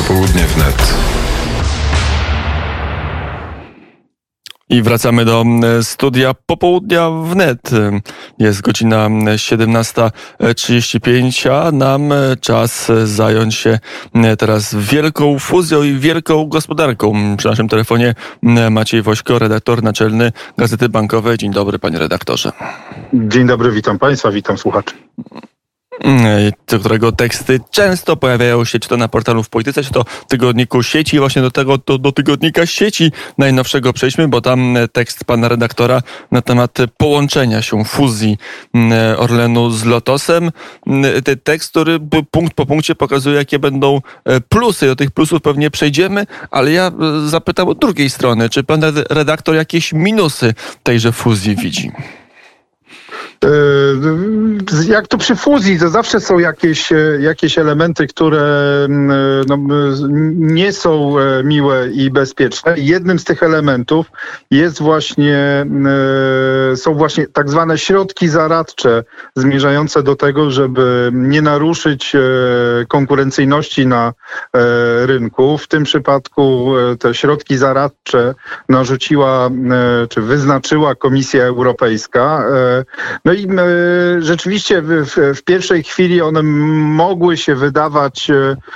Popołudnie wnet. I wracamy do studia Popołudnia wnet. Jest godzina 17:35, a nam czas zająć się teraz wielką fuzją i wielką gospodarką. Przy naszym telefonie Maciej Wośko, redaktor naczelny Gazety Bankowej. Dzień dobry, panie redaktorze. Dzień dobry, witam państwa, witam słuchaczy. Do którego teksty często pojawiają się, czy to na portalu w Polityce, czy to tygodniku Sieci. Właśnie do tygodnika Sieci najnowszego przejdźmy, bo tam tekst pana redaktora na temat połączenia się, fuzji Orlenu z Lotosem. Ten tekst, który punkt po punkcie pokazuje, jakie będą plusy. Do tych plusów pewnie przejdziemy, ale ja zapytam od drugiej strony, czy pan redaktor jakieś minusy tejże fuzji widzi? Jak to przy fuzji, to zawsze są jakieś elementy, które nie są miłe i bezpieczne. Jednym z tych elementów są właśnie tak zwane środki zaradcze zmierzające do tego, żeby nie naruszyć konkurencyjności na rynku. W tym przypadku te środki zaradcze narzuciła czy wyznaczyła Komisja Europejska. No i rzeczywiście w pierwszej chwili one mogły się wydawać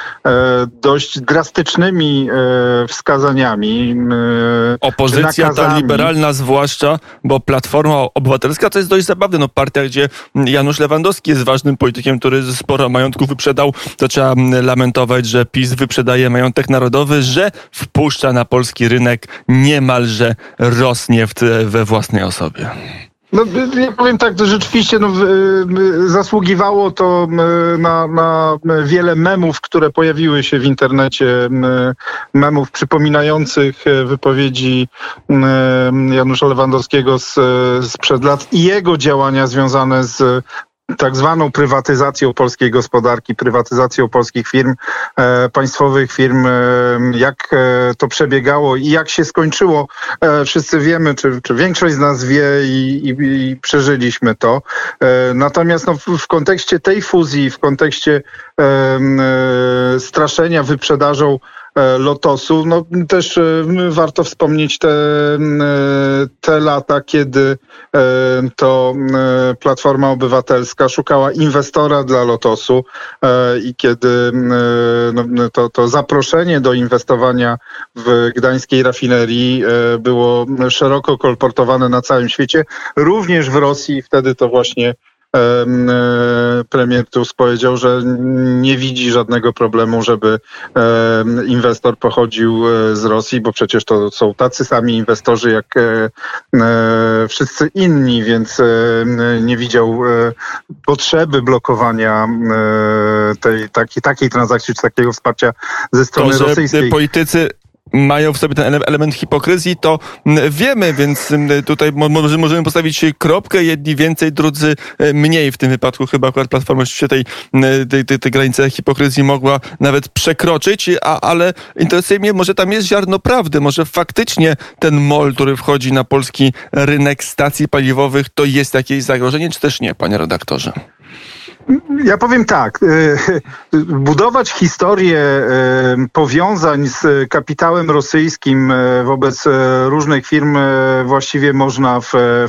dość drastycznymi wskazaniami. Opozycja ta liberalna zwłaszcza, bo Platforma Obywatelska to jest dość zabawne. No, partia, gdzie Janusz Lewandowski jest ważnym politykiem, który sporo majątków wyprzedał, to trzeba lamentować, że PiS wyprzedaje majątek narodowy, że wpuszcza na polski rynek niemalże Rosneft we własnej osobie. No, ja powiem tak, to rzeczywiście zasługiwało to na wiele memów, które pojawiły się w internecie, memów przypominających wypowiedzi Janusza Lewandowskiego sprzed lat i jego działania związane z tak zwaną prywatyzacją polskiej gospodarki, prywatyzacją polskich firm, państwowych firm, jak to przebiegało i jak się skończyło. Wszyscy wiemy, czy większość z nas wie i przeżyliśmy to. Natomiast w kontekście tej fuzji, w kontekście straszenia wyprzedażą Lotosu, też warto wspomnieć te lata, kiedy to Platforma Obywatelska szukała inwestora dla Lotosu i kiedy to zaproszenie do inwestowania w gdańskiej rafinerii było szeroko kolportowane na całym świecie, również w Rosji. Wtedy to właśnie premier Tusk powiedział, że nie widzi żadnego problemu, żeby inwestor pochodził z Rosji, bo przecież to są tacy sami inwestorzy jak wszyscy inni, więc nie widział potrzeby blokowania takiej transakcji czy takiego wsparcia ze strony rosyjskiej. Politycy mają w sobie ten element hipokryzji, to wiemy, więc tutaj możemy postawić kropkę, jedni więcej, drudzy mniej. W tym wypadku chyba akurat Platforma się tej granice hipokryzji mogła nawet przekroczyć, ale interesuje mnie, może tam jest ziarno prawdy, może faktycznie ten MOL, który wchodzi na polski rynek stacji paliwowych, to jest jakieś zagrożenie, czy też nie, panie redaktorze? Ja powiem tak, budować historię powiązań z kapitałem rosyjskim wobec różnych firm właściwie można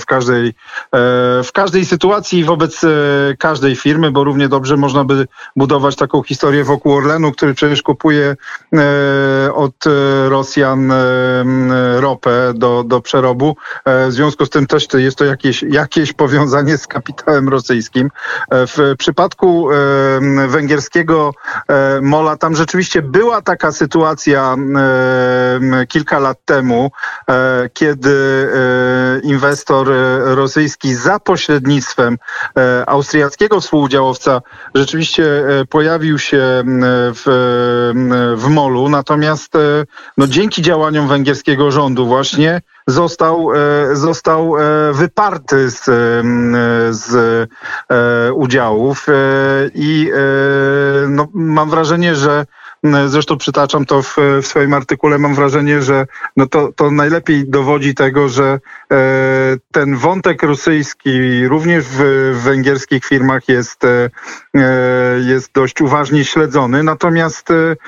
w każdej sytuacji wobec każdej firmy, bo równie dobrze można by budować taką historię wokół Orlenu, który przecież kupuje od Rosjan ropę do przerobu. W związku z tym też jest to jakieś powiązanie z kapitałem rosyjskim. W przypadku węgierskiego MOL-a tam rzeczywiście była taka sytuacja kilka lat temu, kiedy inwestor rosyjski za pośrednictwem austriackiego współudziałowca rzeczywiście pojawił się w MOL-u. Natomiast dzięki działaniom węgierskiego rządu właśnie został wyparty z udziałów i no, mam wrażenie, że zresztą przytaczam to w swoim artykule, mam wrażenie, że no to najlepiej dowodzi tego, że ten wątek rosyjski również w węgierskich firmach jest dość uważnie śledzony. Natomiast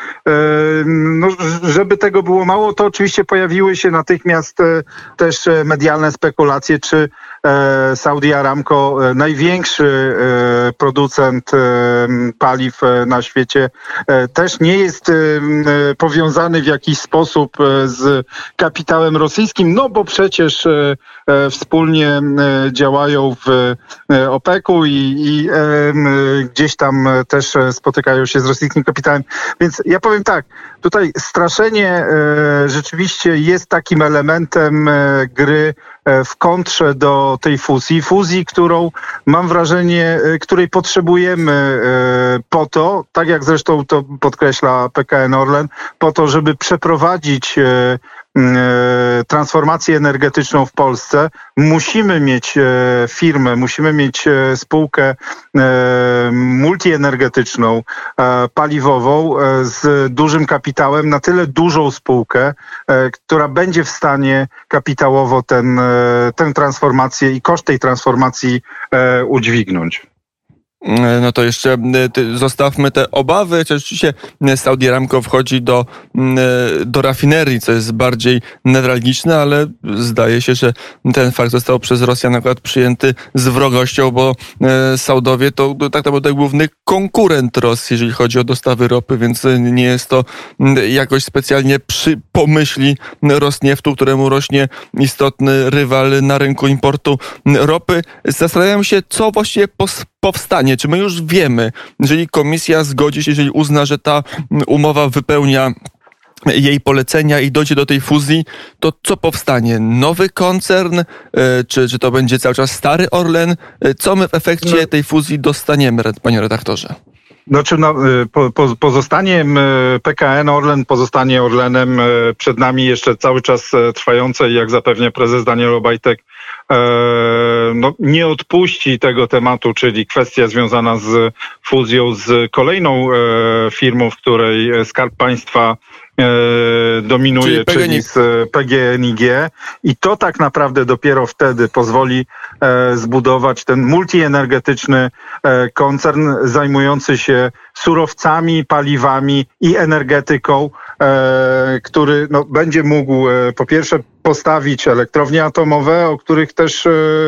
no, żeby tego było mało, to oczywiście pojawiły się natychmiast też medialne spekulacje, czy Saudi Aramco, największy producent paliw na świecie, też nie jest powiązany w jakiś sposób z kapitałem rosyjskim, no bo przecież wspólnie działają w OPEC-u i gdzieś tam też spotykają się z rosyjskim kapitałem. Więc ja powiem tak, tutaj straszenie rzeczywiście jest takim elementem gry w kontrze do tej fuzji, którą mam wrażenie, której potrzebujemy po to, tak jak zresztą to podkreśla PKN Orlen, po to, żeby przeprowadzić transformację energetyczną w Polsce, musimy mieć firmę, musimy mieć spółkę multienergetyczną, paliwową z dużym kapitałem, na tyle dużą spółkę, która będzie w stanie kapitałowo tę transformację i koszt tej transformacji udźwignąć. No to jeszcze zostawmy te obawy. Oczywiście Saudi Aramco wchodzi do rafinerii, co jest bardziej newralgiczne, ale zdaje się, że ten fakt został przez Rosjan akurat przyjęty z wrogością, bo Saudowie to tak naprawdę główny konkurent Rosji, jeżeli chodzi o dostawy ropy, więc nie jest to jakoś specjalnie przy pomyśli Rosnieftu, któremu rośnie istotny rywal na rynku importu ropy. Zastanawiam się, co właściwie powstanie. Czy my już wiemy, jeżeli komisja zgodzi się, jeżeli uzna, że ta umowa wypełnia jej polecenia i dojdzie do tej fuzji, to co powstanie? Nowy koncern? Czy to będzie cały czas stary Orlen? Co my w efekcie tej fuzji dostaniemy, panie redaktorze? Znaczy, pozostanie PKN Orlen, pozostanie Orlenem. Przed nami jeszcze cały czas trwające i jak zapewnia prezes Daniel Obajtek, nie odpuści tego tematu, czyli kwestia związana z fuzją z kolejną firmą, w której Skarb Państwa dominuje, czyli z PGNiG, i to tak naprawdę dopiero wtedy pozwoli zbudować ten multienergetyczny koncern zajmujący się surowcami, paliwami i energetyką, który będzie mógł po pierwsze postawić elektrownie atomowe, o których też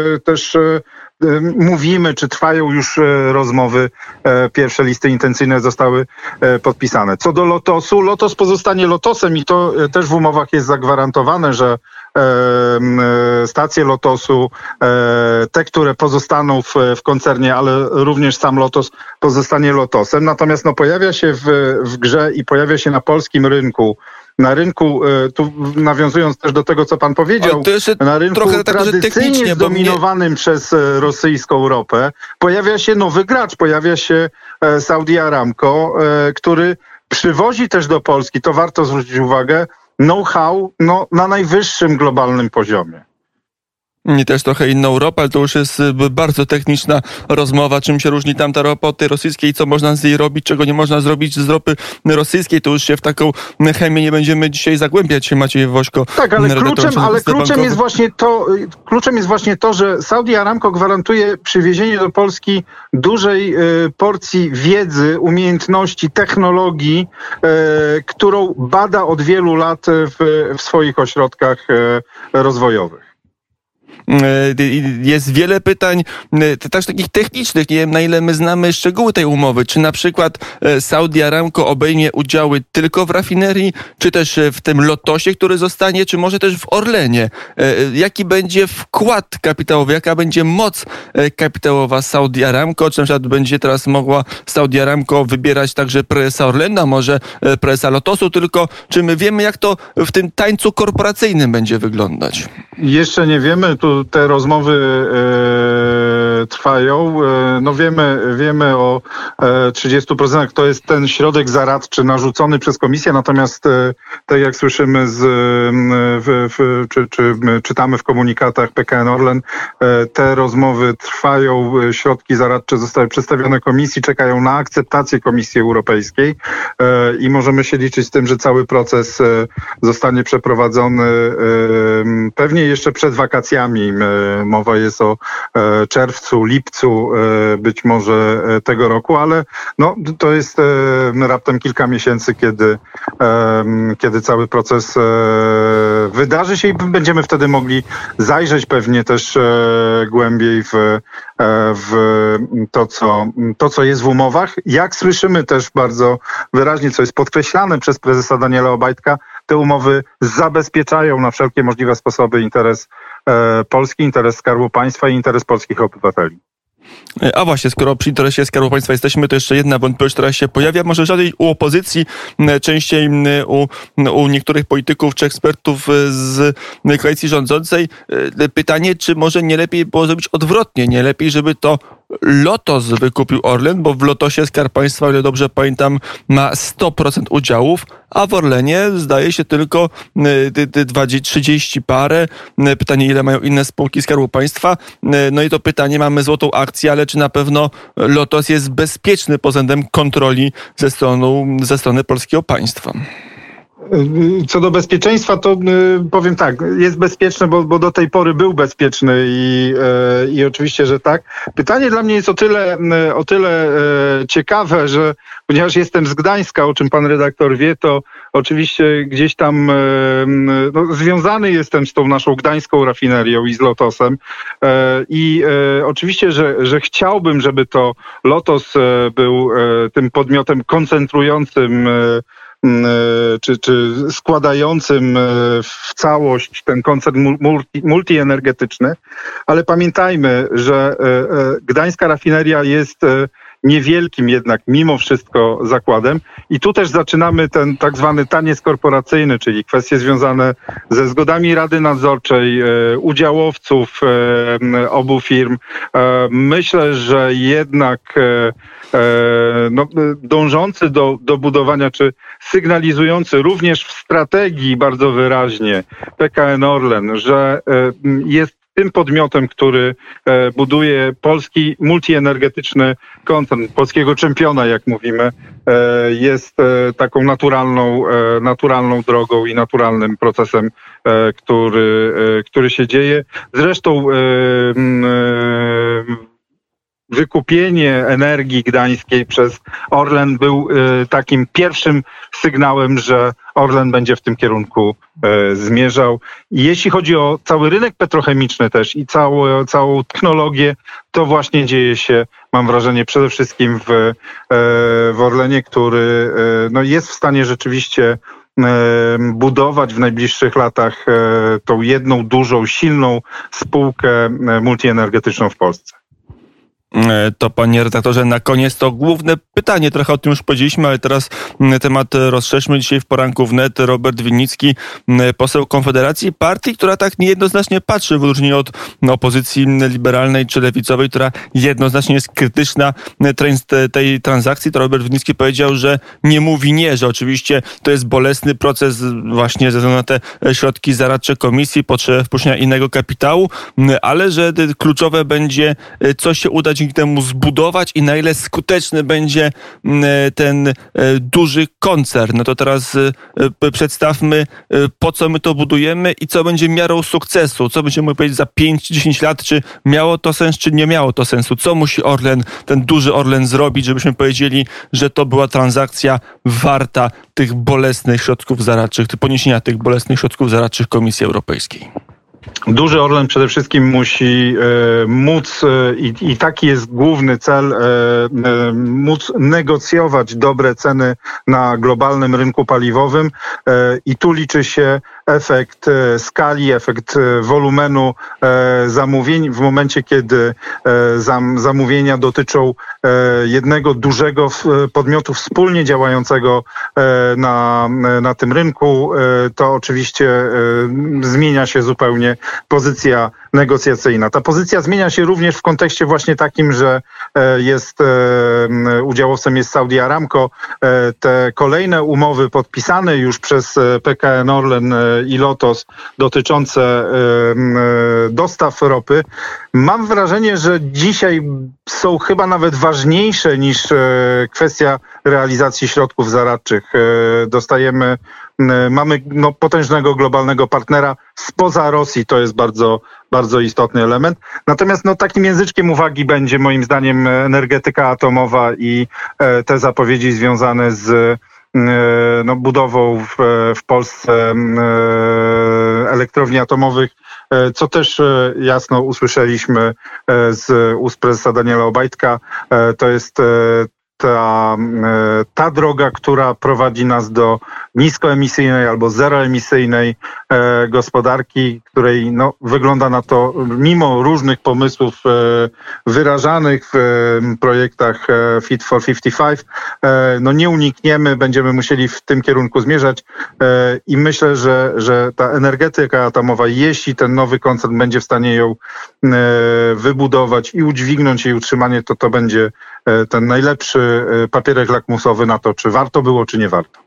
mówimy, czy trwają już rozmowy. Pierwsze listy intencyjne zostały podpisane. Co do Lotosu, Lotos pozostanie Lotosem i to też w umowach jest zagwarantowane, że stacje Lotosu, te, które pozostaną w koncernie, ale również sam Lotos pozostanie Lotosem. Natomiast pojawia się w grze i pojawia się na polskim rynku, tu nawiązując też do tego, co pan powiedział, na rynku tradycyjnie zdominowanym przez rosyjską ropę, pojawia się nowy gracz, pojawia się Saudi Aramco, który przywozi też do Polski, to warto zwrócić uwagę, know-how na najwyższym globalnym poziomie. I też trochę inną ropę, ale to już jest bardzo techniczna rozmowa, czym się różni tamta ropa od tej rosyjskiej, co można z niej robić, czego nie można zrobić z ropy rosyjskiej. To już się w taką chemię nie będziemy dzisiaj zagłębiać się, Maciej Wośko. Tak, ale kluczem jest właśnie to, że Saudi Aramco gwarantuje przywiezienie do Polski dużej porcji wiedzy, umiejętności, technologii, którą bada od wielu lat w swoich ośrodkach rozwojowych. Jest wiele pytań, też takich technicznych. Nie wiem, na ile my znamy szczegóły tej umowy. Czy na przykład Saudi Aramco obejmie udziały tylko w rafinerii, czy też w tym Lotosie, który zostanie, czy może też w Orlenie? Jaki będzie wkład kapitałowy, jaka będzie moc kapitałowa Saudi Aramco? Czy na przykład będzie teraz mogła Saudi Aramco wybierać także prezesa Orlena, może prezesa Lotosu, tylko czy my wiemy, jak to w tym tańcu korporacyjnym będzie wyglądać? Jeszcze nie wiemy. Tu te rozmowy trwają. No wiemy o 30%, to jest ten środek zaradczy narzucony przez komisję, natomiast tak jak słyszymy czy czytamy w komunikatach PKN Orlen, te rozmowy trwają, środki zaradcze zostały przedstawione komisji, czekają na akceptację Komisji Europejskiej i możemy się liczyć z tym, że cały proces zostanie przeprowadzony pewnie jeszcze przed wakacjami. Mowa jest o czerwcu, lipcu być może tego roku, ale no, to jest raptem kilka miesięcy, kiedy cały proces wydarzy się i będziemy wtedy mogli zajrzeć pewnie też głębiej w to, co jest w umowach. Jak słyszymy też bardzo wyraźnie, co jest podkreślane przez prezesa Daniela Obajtka, te umowy zabezpieczają na wszelkie możliwe sposoby interes Polski, interes Skarbu Państwa i interes polskich obywateli. A właśnie, skoro przy interesie Skarbu Państwa jesteśmy, to jeszcze jedna wątpliwość, która się pojawia, może rzadziej u opozycji, częściej u niektórych polityków czy ekspertów z koalicji rządzącej. Pytanie, czy może nie lepiej było zrobić odwrotnie, nie lepiej, żeby to Lotos wykupił Orlen, bo w Lotosie Skarb Państwa, o ile dobrze pamiętam, ma 100% udziałów, a w Orlenie zdaje się tylko 30 parę. Pytanie, ile mają inne spółki Skarbu Państwa. No i to pytanie, mamy złotą akcję, ale czy na pewno Lotos jest bezpieczny pod względem kontroli ze strony polskiego państwa? Co do bezpieczeństwa, to powiem tak, jest bezpieczny, bo do tej pory był bezpieczny i oczywiście, że tak. Pytanie dla mnie jest o tyle ciekawe, że ponieważ jestem z Gdańska, o czym pan redaktor wie, to oczywiście gdzieś tam związany jestem z tą naszą gdańską rafinerią i z Lotosem i oczywiście, że chciałbym, żeby to Lotos był tym podmiotem koncentrującym czy składającym w całość ten koncern multienergetyczny, ale pamiętajmy, że gdańska rafineria jest niewielkim jednak mimo wszystko zakładem i tu też zaczynamy ten tak zwany taniec korporacyjny, czyli kwestie związane ze zgodami Rady Nadzorczej, udziałowców obu firm. Myślę, że jednak dążący do budowania, czy sygnalizujący również w strategii bardzo wyraźnie PKN Orlen, że jest tym podmiotem, który buduje polski multienergetyczny koncern, polskiego czempiona, jak mówimy, jest taką naturalną drogą i naturalnym procesem, który się dzieje. Zresztą wykupienie Energii Gdańskiej przez Orlen był takim pierwszym sygnałem, że Orlen będzie w tym kierunku zmierzał. I jeśli chodzi o cały rynek petrochemiczny też i całą technologię, to właśnie dzieje się, mam wrażenie, przede wszystkim w Orlenie, który jest w stanie rzeczywiście budować w najbliższych latach tą jedną dużą, silną spółkę multienergetyczną w Polsce. To panie redaktorze, na koniec to główne pytanie, trochę o tym już powiedzieliśmy, ale teraz temat rozszerzmy. Dzisiaj w poranku wnet Robert Winnicki, poseł Konfederacji, partii, która tak niejednoznacznie patrzy, w odróżnieniu od opozycji liberalnej czy lewicowej, która jednoznacznie jest krytyczna tej transakcji. To Robert Winnicki powiedział, że nie mówi nie, że oczywiście to jest bolesny proces właśnie ze względu na te środki zaradcze komisji, potrzebę wpuszczenia innego kapitału, ale że kluczowe będzie, co się uda dzięki temu zbudować i na ile skuteczny będzie ten duży koncern. No to teraz przedstawmy, po co my to budujemy i co będzie miarą sukcesu. Co będziemy mogli powiedzieć za 5-10 lat, czy miało to sens, czy nie miało to sensu. Co musi Orlen, ten duży Orlen zrobić, żebyśmy powiedzieli, że to była transakcja warta tych bolesnych środków zaradczych, poniesienia tych bolesnych środków zaradczych Komisji Europejskiej. Duży Orlen przede wszystkim musi móc, i taki jest główny cel, móc negocjować dobre ceny na globalnym rynku paliwowym i tu liczy się efekt skali, efekt wolumenu zamówień w momencie, kiedy zamówienia dotyczą jednego dużego podmiotu wspólnie działającego na tym rynku, to oczywiście zmienia się zupełnie pozycja negocjacyjna. Ta pozycja zmienia się również w kontekście właśnie takim, że udziałowcem jest Saudi Aramco. Te kolejne umowy podpisane już przez PKN Orlen i Lotos dotyczące dostaw ropy, mam wrażenie, że dzisiaj są chyba nawet ważniejsze niż kwestia realizacji środków zaradczych. Mamy potężnego globalnego partnera spoza Rosji, to jest bardzo, bardzo istotny element. Natomiast takim języczkiem uwagi będzie moim zdaniem energetyka atomowa i te zapowiedzi związane z budową w Polsce elektrowni atomowych, co też jasno usłyszeliśmy z ust prezesa Daniela Obajtka. To jest ta droga, która prowadzi nas do niskoemisyjnej albo zeroemisyjnej gospodarki, której wygląda na to, mimo różnych pomysłów wyrażanych w projektach Fit for 55, nie unikniemy, będziemy musieli w tym kierunku zmierzać i myślę, że ta energetyka atomowa, jeśli ten nowy koncern będzie w stanie ją wybudować i udźwignąć jej utrzymanie, to będzie ten najlepszy papierek lakmusowy na to, czy warto było, czy nie warto.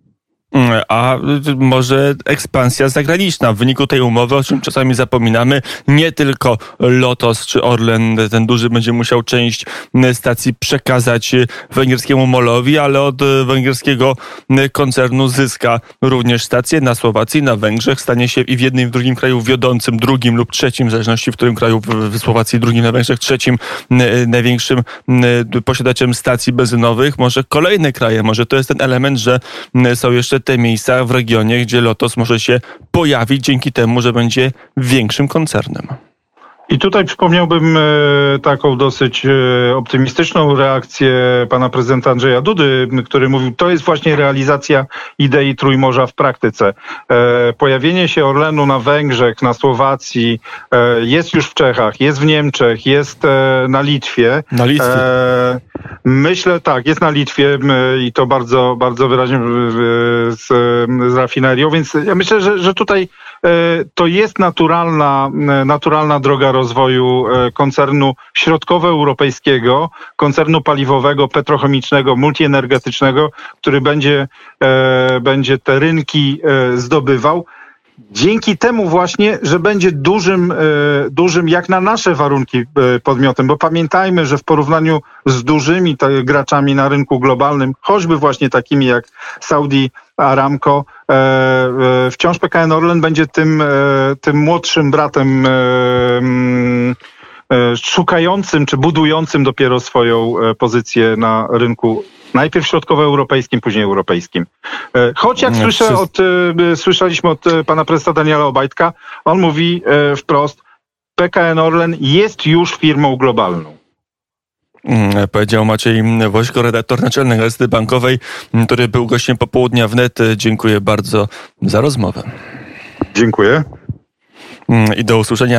A może ekspansja zagraniczna w wyniku tej umowy, o czym czasami zapominamy, nie tylko Lotos czy Orlen, ten duży, będzie musiał część stacji przekazać węgierskiemu MOL-owi, ale od węgierskiego koncernu zyska również stacje na Słowacji, na Węgrzech, stanie się i w jednym i w drugim kraju wiodącym, drugim lub trzecim, w zależności w którym kraju, w Słowacji, drugim na Węgrzech, trzecim największym posiadaczem stacji benzynowych. Może kolejne kraje, może to jest ten element, że są jeszcze te miejsca w regionie, gdzie Lotos może się pojawić dzięki temu, że będzie większym koncernem. I tutaj przypomniałbym taką dosyć optymistyczną reakcję pana prezydenta Andrzeja Dudy, który mówił, to jest właśnie realizacja idei Trójmorza w praktyce. Pojawienie się Orlenu na Węgrzech, na Słowacji, jest już w Czechach, jest w Niemczech, jest na Litwie. Na Litwie. Myślę, tak, jest na Litwie i to bardzo, bardzo wyraźnie z rafinerią, więc ja myślę, że tutaj to jest naturalna droga rozwoju koncernu środkowoeuropejskiego, koncernu paliwowego, petrochemicznego, multienergetycznego, który będzie te rynki zdobywał. Dzięki temu właśnie, że będzie dużym jak na nasze warunki podmiotem, bo pamiętajmy, że w porównaniu z dużymi graczami na rynku globalnym, choćby właśnie takimi jak Saudi Aramco, wciąż PKN Orlen będzie tym młodszym bratem szukającym czy budującym dopiero swoją pozycję na rynku najpierw środkowoeuropejskim, później europejskim. Choć jak słyszeliśmy od pana prezesa Daniela Obajtka, on mówi wprost, PKN Orlen jest już firmą globalną. Powiedział Maciej Wośko, redaktor naczelny Gazety Bankowej, który był gościem Popołudnia Wnet. Dziękuję bardzo za rozmowę. Dziękuję. I do usłyszenia.